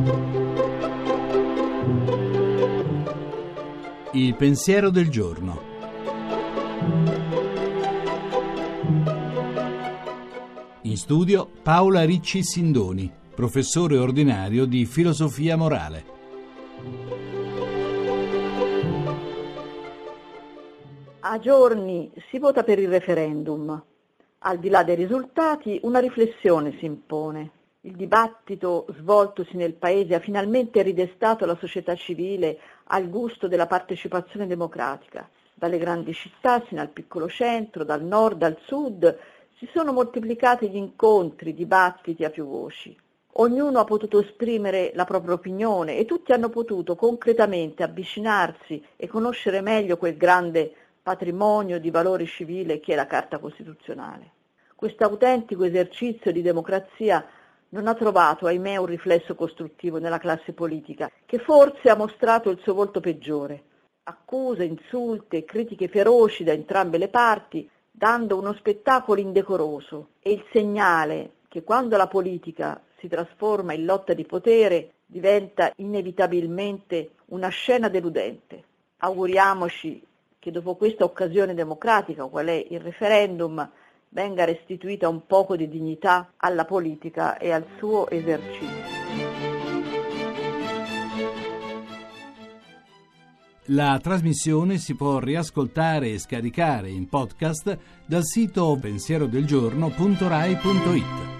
Il pensiero del giorno. In studio Paola Ricci Sindoni, professore ordinario di filosofia morale. A giorni si vota per il referendum. Al di là dei risultati, una riflessione si impone. Il dibattito svoltosi nel Paese ha finalmente ridestato la società civile al gusto della partecipazione democratica. Dalle grandi città sino al piccolo centro, dal nord al sud, si sono moltiplicati gli incontri, i dibattiti a più voci. Ognuno ha potuto esprimere la propria opinione e tutti hanno potuto concretamente avvicinarsi e conoscere meglio quel grande patrimonio di valori civile che è la Carta Costituzionale. Questo autentico esercizio di democrazia non ha trovato, ahimè, un riflesso costruttivo nella classe politica, che forse ha mostrato il suo volto peggiore. Accuse, insulti e critiche feroci da entrambe le parti, dando uno spettacolo indecoroso e il segnale che quando la politica si trasforma in lotta di potere diventa inevitabilmente una scena deludente. Auguriamoci che dopo questa occasione democratica, qual è il referendum, venga restituita un poco di dignità alla politica e al suo esercizio. La trasmissione si può riascoltare e scaricare in podcast dal sito pensierodelgiorno.rai.it.